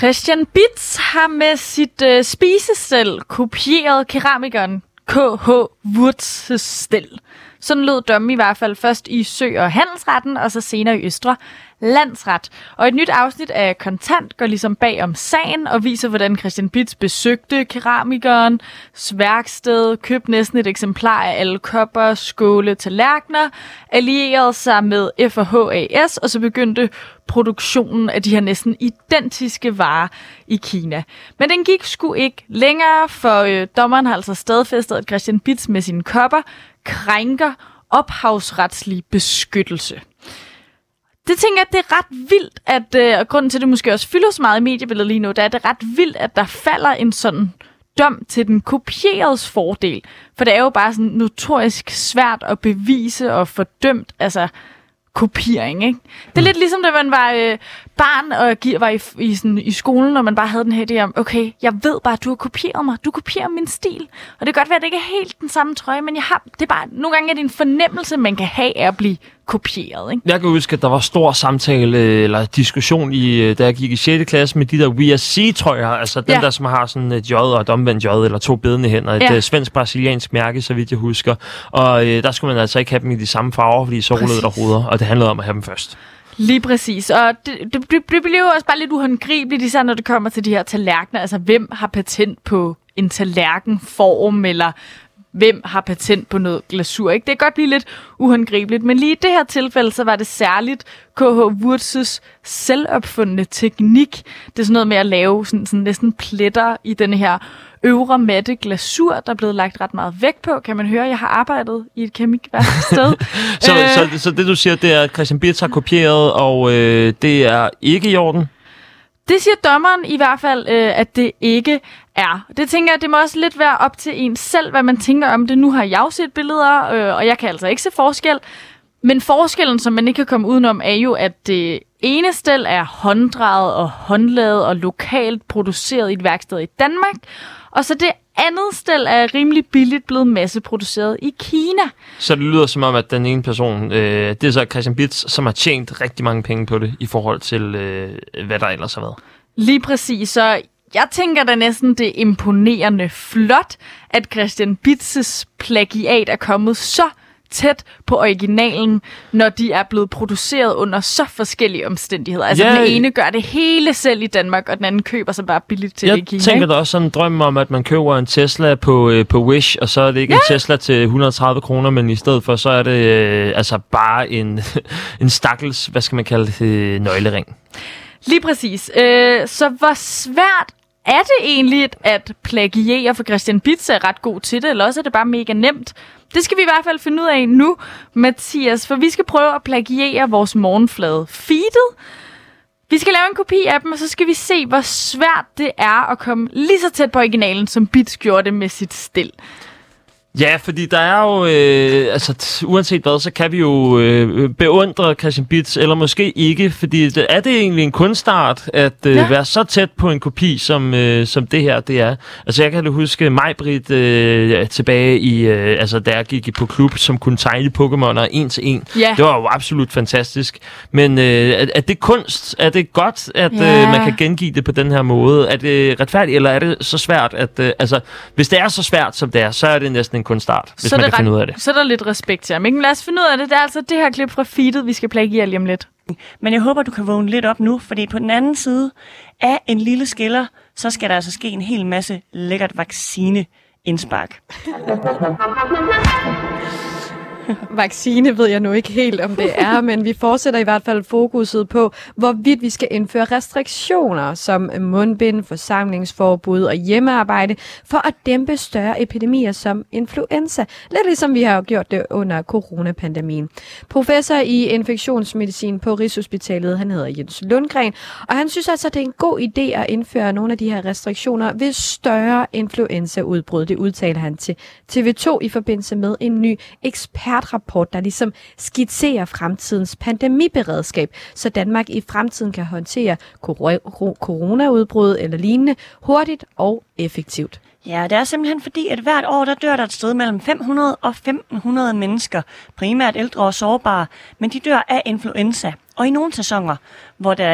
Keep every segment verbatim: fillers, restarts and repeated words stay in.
Christian Bitz har med sit øh, spisestel kopieret keramikeren K H Wurzes stel. Sådan lød dommen i hvert fald først i Sø- og Handelsretten, og så senere i Østre Landsret. Og et nyt afsnit af Kontant går ligesom bag om sagen og viser, hvordan Christian Bitz besøgte keramikeren, værksted, købte næsten et eksemplar af alle kopper, skåle, tallerkener, allierede sig med F H A S, og så begyndte produktionen af de her næsten identiske varer i Kina. Men den gik sgu ikke længere, for øh, dommeren har altså stadfæstet, at Christian Bitz med sine kopper krænker ophavsretslig beskyttelse. Det tænker jeg, det er ret vildt, at, øh, og grunden til, at det måske også fylder så meget i mediebilledet lige nu, det er, at det er ret vildt, at der falder en sådan dom til den kopieredes fordel. For det er jo bare sådan notorisk svært at bevise og fordømt, altså kopiering, ikke? Det er lidt ligesom, da man var øh, barn og var i, i, sådan, i skolen, og man bare havde den her idé om, okay, jeg ved bare, at du har kopieret mig. Du kopierer min stil. Og det kan godt være, at det ikke er helt den samme trøje, men jeg har, det er bare, nogle gange er det en fornemmelse, man kan have af at blive kopieret, ikke? Jeg kan huske, at der var stor samtale eller diskussion, i, da jeg gik i sjette klasse med de der We Are C-trøjer, altså den ja. der, som har sådan et J og et omvendt J, eller to bedende hænder, et ja. svensk-brasiliansk mærke, så vidt jeg husker. Og øh, der skulle man altså ikke have dem i de samme farver, fordi så rullede der ruder, og det handlede om at have dem først. Lige præcis, og det, det, det bliver jo også bare lidt uhåndgribeligt, især når det kommer til de her tallerkener. Altså, hvem har patent på en tallerkenform, eller hvem har patent på noget glasur, ikke? Det kan godt blive lidt uhåndgribeligt, men lige i det her tilfælde, så var det særligt K H Wurzes selvopfundne teknik. Det er sådan noget med at lave sådan, sådan næsten pletter i den her øvre matte glasur, der er blevet lagt ret meget vægt på. Kan man høre, jeg har arbejdet i et keramikværksted. så, øh, så, så det du siger, det er, at Christian Bitz har kopieret, og øh, det er ikke i orden? Det siger dommeren i hvert fald, øh, at det ikke er. Det tænker jeg, det må også lidt være op til en selv, hvad man tænker om det. Nu har jeg jo set billeder, øh, og jeg kan altså ikke se forskel. Men forskellen, som man ikke kan komme udenom, er jo, at det ene stel er hånddrejet og håndlavet og lokalt produceret i et værksted i Danmark. Og så det andet stel er rimelig billigt blevet masseproduceret i Kina. Så det lyder som om, at den ene person, øh, det er så Christian Bitz, som har tjent rigtig mange penge på det, i forhold til, øh, hvad der ellers har været. Lige præcis, så jeg tænker da næsten, det er imponerende flot, at Christian Bitz's plagiat er kommet så tæt på originalen, når de er blevet produceret under så forskellige omstændigheder. Altså ja, den ene gør det hele selv i Danmark, og den anden køber sig bare billigt til jeg det i Kina. Jeg tænker da også sådan en drøm om, at man køber en Tesla på, øh, på Wish, og så er det ikke ja. en Tesla til et hundrede og tredive kroner, men i stedet for, så er det øh, altså bare en, en stakkels, hvad skal man kalde det, øh, nøglering. Lige præcis. Øh, så hvor svært er det egentlig at plagiere, for Christian Bitz er ret god til det, eller også er det bare mega nemt? Det skal vi i hvert fald finde ud af nu, Mathias, for vi skal prøve at plagiere vores morgenflade feedet. Vi skal lave en kopi af dem, og så skal vi se, hvor svært det er at komme lige så tæt på originalen, som Bitz gjorde det med sit stel. Ja, fordi der er jo, øh, altså t- uanset hvad, så kan vi jo øh, beundre Christian Bitz, eller måske ikke, fordi det, er det egentlig en kunstart at øh, ja. være så tæt på en kopi, som, øh, som det her det er. Altså jeg kan da huske Maj-Britt øh, tilbage i, øh, altså da jeg gik på klub, som kunne tegne Pokémoner en til en. Ja. Det var jo absolut fantastisk. Men øh, er, er det kunst? Er det godt, at ja. øh, man kan gengive det på den her måde? Er det retfærdigt, eller er det så svært, at, øh, altså hvis det er så svært som det er, så er det næsten en kunstart, hvis så man kan ret, finde ud af det. Så er der lidt respekt til ham. Men lad os finde ud af det. Det er altså det her klip fra feedet, vi skal plagiere lige om lidt. Men jeg håber, du kan vågne lidt op nu, fordi på den anden side af en lille skiller, så skal der altså ske en hel masse lækkert vaccine-indspark. Vaccine ved jeg nu ikke helt, om det er, men vi fortsætter i hvert fald fokuset på, hvorvidt vi skal indføre restriktioner som mundbind, forsamlingsforbud og hjemmearbejde for at dæmpe større epidemier som influenza. Lidt ligesom vi har gjort det under coronapandemien. Professor i infektionsmedicin på Rigshospitalet, han hedder Jens Lundgren, og han synes altså, at det er en god idé at indføre nogle af de her restriktioner ved større influenzaudbrud. Det udtaler han til T V to i forbindelse med en ny ekspert rapport, der ligesom skitserer fremtidens pandemiberedskab, så Danmark i fremtiden kan håndtere kor- coronaudbrud eller lignende hurtigt og effektivt. Ja, det er simpelthen fordi, at hvert år der dør der et sted mellem fem hundrede og femten hundrede mennesker, primært ældre og sårbare, men de dør af influenza. Og i nogle sæsoner, hvor der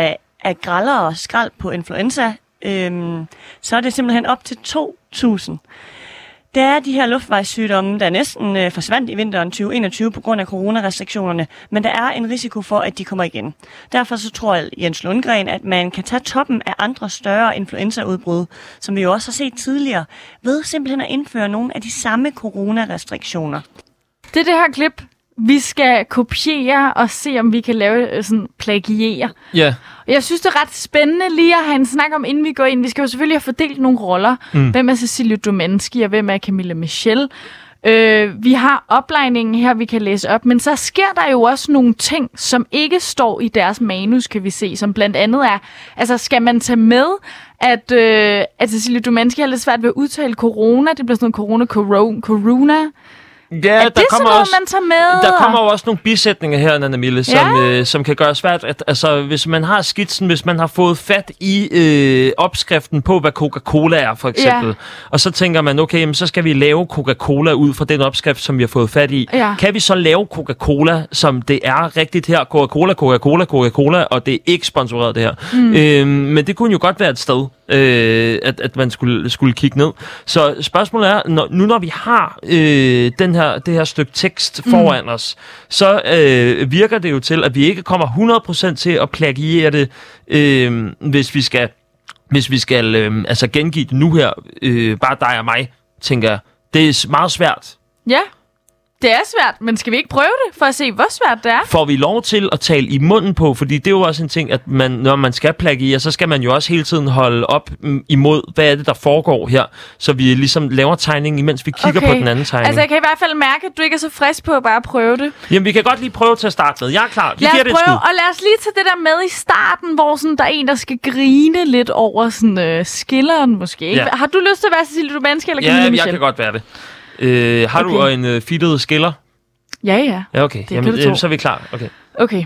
er grallere skrald på influenza, øhm, så er det simpelthen op til to tusind. Det er de her luftvejssygdomme, der næsten øh, forsvandt i vinteren tyve enogtyve på grund af coronarestriktionerne, men der er en risiko for, at de kommer igen. Derfor så tror Jens Lundgren, at man kan tage toppen af andre større influenzaudbrud, som vi jo også har set tidligere, ved simpelthen at indføre nogle af de samme coronarestriktioner. Det er det her klip, vi skal kopiere og se, om vi kan lave sådan plagiere. Ja. Yeah. Jeg synes, det er ret spændende lige at have en snak om, inden vi går ind. Vi skal jo selvfølgelig have fordelt nogle roller. Mm. Hvem er Cecilie Domanski, og hvem er Camilla Michel? Øh, vi har oplejningen her, vi kan læse op. Men så sker der jo også nogle ting, som ikke står i deres manus, kan vi se. Som blandt andet er, altså skal man tage med, at, øh, at Cecilie Domanski har lidt svært ved at udtale corona. Det bliver sådan noget corona, corona, corona. Ja, er der det kommer sådan også, noget, man tager med? Der kommer jo også nogle bisætninger her, Nana Mille, som, ja. øh, som kan gøre svært. At, altså, hvis man har skitsen, hvis man har fået fat i øh, opskriften på, hvad Coca-Cola er, for eksempel, ja. og så tænker man, okay, jamen, så skal vi lave Coca-Cola ud fra den opskrift, som vi har fået fat i. Ja. Kan vi så lave Coca-Cola, som det er rigtigt her? Coca-Cola, Coca-Cola, Coca-Cola, og det er ikke sponsoreret det her. Mm. Øh, men det kunne jo godt være et sted, øh, at, at man skulle, skulle kigge ned. Så spørgsmålet er, når, nu når vi har øh, den her, det her stykke tekst foran mm. os, så øh, virker det jo til, at vi ikke kommer hundrede procent til at plagiere det, øh, hvis vi skal, hvis vi skal øh, altså gengive det nu her, øh, bare dig og mig, tænker jeg. Det er meget svært. Ja, det er svært, men skal vi ikke prøve det, for at se, hvor svært det er? Får vi lov til at tale i munden på, fordi det er jo også en ting, at man, når man skal plagiere, så skal man jo også hele tiden holde op imod, hvad er det, der foregår her, så vi ligesom laver tegningen, imens vi kigger okay. på den anden tegning. Altså, jeg kan i hvert fald mærke, at du ikke er så frisk på at bare prøve det. Jamen, vi kan godt lige prøve til at starte med. Jeg er klar. Vi lad giver os det et prøve, skud. og lad os lige tage det der med i starten, hvor sådan, der er en, der skal grine lidt over sådan, øh, skilleren måske. Ikke? Ja. Har du lyst til at være Cecilie Domanski eller Camilla Ja, Michel? jeg kan godt være det. Øh, har okay. du en øh, fedtet skiller? Ja, ja. Ja, okay. Det Jamen, øh, så er vi klar. Okay. Okay.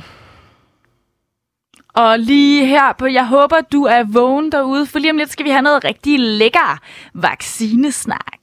Og lige her på, jeg håber, du er vågen derude, for lige om lidt skal vi have noget rigtig lækker vaccinesnak.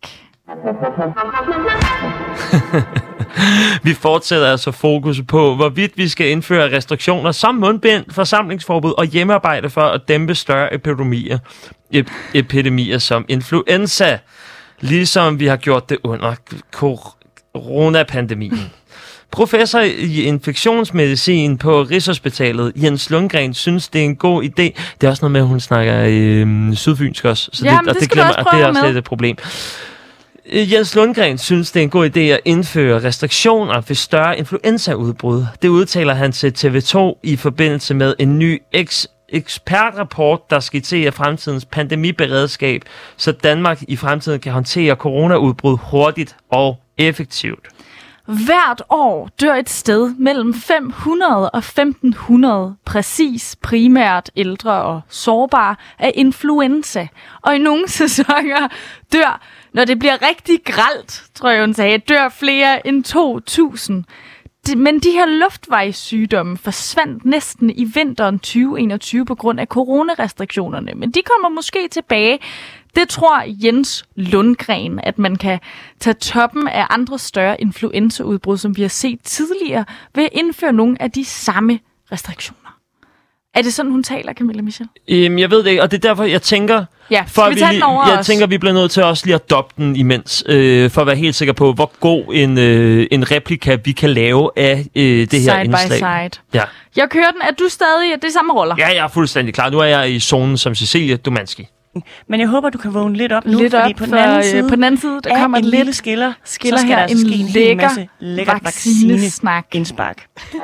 Vi fortsætter altså fokus på, hvorvidt vi skal indføre restriktioner som mundbind, forsamlingsforbud og hjemmearbejde for at dæmpe større epidemier, ep- epidemier som influenza, ligesom vi har gjort det under coronapandemien. Professor i infektionsmedicin på Rigshospitalet, Jens Lundgren, synes, det er en god idé. Det er også noget med, at hun snakker øh, sydfynsk også, så Jamen, det, det, det, glemmer, også det er også med. lidt et problem. Jens Lundgren synes, det er en god idé at indføre restriktioner ved større influenzaudbrud. Det udtaler han til T V to i forbindelse med en ny eks- ekspertrapport, der skitserer fremtidens pandemiberedskab, så Danmark i fremtiden kan håndtere coronaudbrud hurtigt og effektivt. Hvert år dør et sted mellem fem hundrede og femten hundrede, præcis primært ældre og sårbare, af influenza. Og i nogle sæsoner dør, når det bliver rigtig grelt, tror jeg hun sagde, dør flere end to tusind. Men de her luftvejssygdomme forsvandt næsten i vinteren tyve enogtyve på grund af coronarestriktionerne. Men de kommer måske tilbage. Det tror Jens Lundgren, at man kan tage toppen af andre større influenzaudbrud, som vi har set tidligere, ved at indføre nogle af de samme restriktioner. Er det sådan, hun taler, Camilla Michel? Øhm, jeg ved det ikke, og det er derfor, jeg tænker... Ja, for skal vi tage vi, den over Jeg os? tænker, vi bliver nødt til også lige at doppe den imens, øh, for at være helt sikker på, hvor god en, øh, en replika vi kan lave af øh, det side her indslag. Side by side. Ja. Jeg kører den. Er du stadig... Er det samme roller? Ja, jeg er fuldstændig klar. Nu er jeg i zonen som Cecilie Domanski. Men jeg håber, du kan vågne lidt op nu, lidt fordi op på den for, anden øh, side, på den anden side der kommer en lidt lille skiller, skiller så skal her, der altså en ske en hel lækker masse lækker vaccinesnak. vaccineindspark.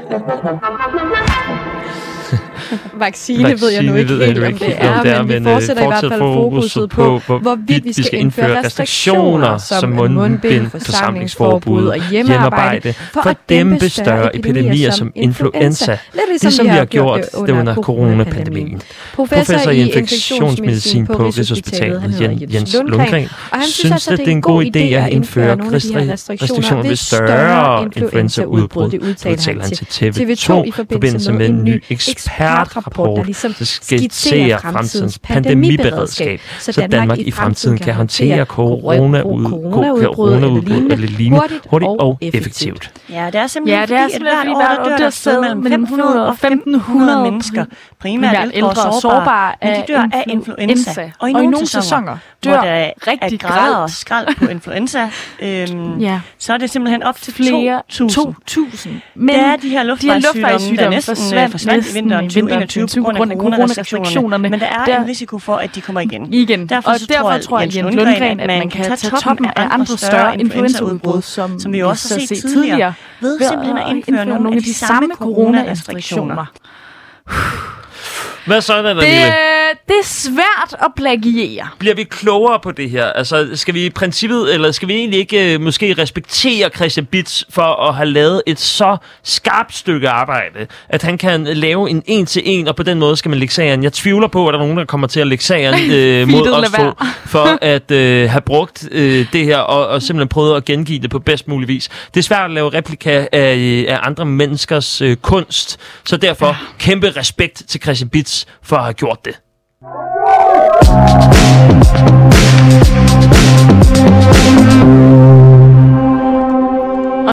Vaccine ved jeg nu ikke ved jeg helt, nu om ikke det helt, om er, det er, men vi men, øh, fortsætter i hvert fortsæt fald fokuset på, hvorvidt vi skal indføre restriktioner som mundbind, forsamlingsforbud og hjemmearbejde for at dæmpe større epidemier som influenza, ligesom vi har gjort det under coronapandemien. Professor i infektionsmedicin på Rigshospitalet, han hedder Jens Lundgren, og han synes, at det er en god idé at indføre nogle af de her restriktioner ved større influenzaudbrud. Det udtaler han til T V to i forbindelse med en ny ekspertrapport. ekspertrapport, der ligesom skitserer fremtidens pandemiberedskab, så Danmark i fremtiden kan håndtere coronaudbrud eller lignende hurtigt og effektivt. Ja, det er simpelthen ja, det er fordi, at hvert år der dør der sted mellem fem hundrede og femten hundrede mennesker, primært ældre og sårbare, men de dør af influenza. Og i nogle sæsoner dør hvor der rigtig grader og skrald på influenza, øhm, ja. så er det simpelthen op til flere to tusind. Men det er de her luftvejssygdomme, der næsten forsvandt, forsvandt i vinteren tyve enogtyve på grund af coronarestriktionerne, men der er der, en risiko for, at de kommer igen. igen. Derfor, og derfor tror jeg, Jens Lundgren, at man kan tage toppen af andre større influenzaudbrud, som, som vi jo også har set tidligere, ved simpelthen at indføre nogle af de samme coronarestriktioner. Hvad så, Natalie? Det, det er svært at plagiere. Bliver vi klogere på det her? Altså, skal vi i princippet, eller skal vi egentlig ikke uh, måske respektere Christian Bitz for at have lavet et så skarpt stykke arbejde, at han kan lave en en-til-en, og på den måde skal man lægge sagen? Jeg tvivler på, at der er nogen, der kommer til at lægge sagen uh, mod os to, for at uh, have brugt uh, det her, og, og simpelthen prøvet at gengive det på bedst mulig vis. Det er svært at lave replika af, af andre menneskers uh, kunst, så derfor kæmpe respekt til Christian Bitz for at have gjort det.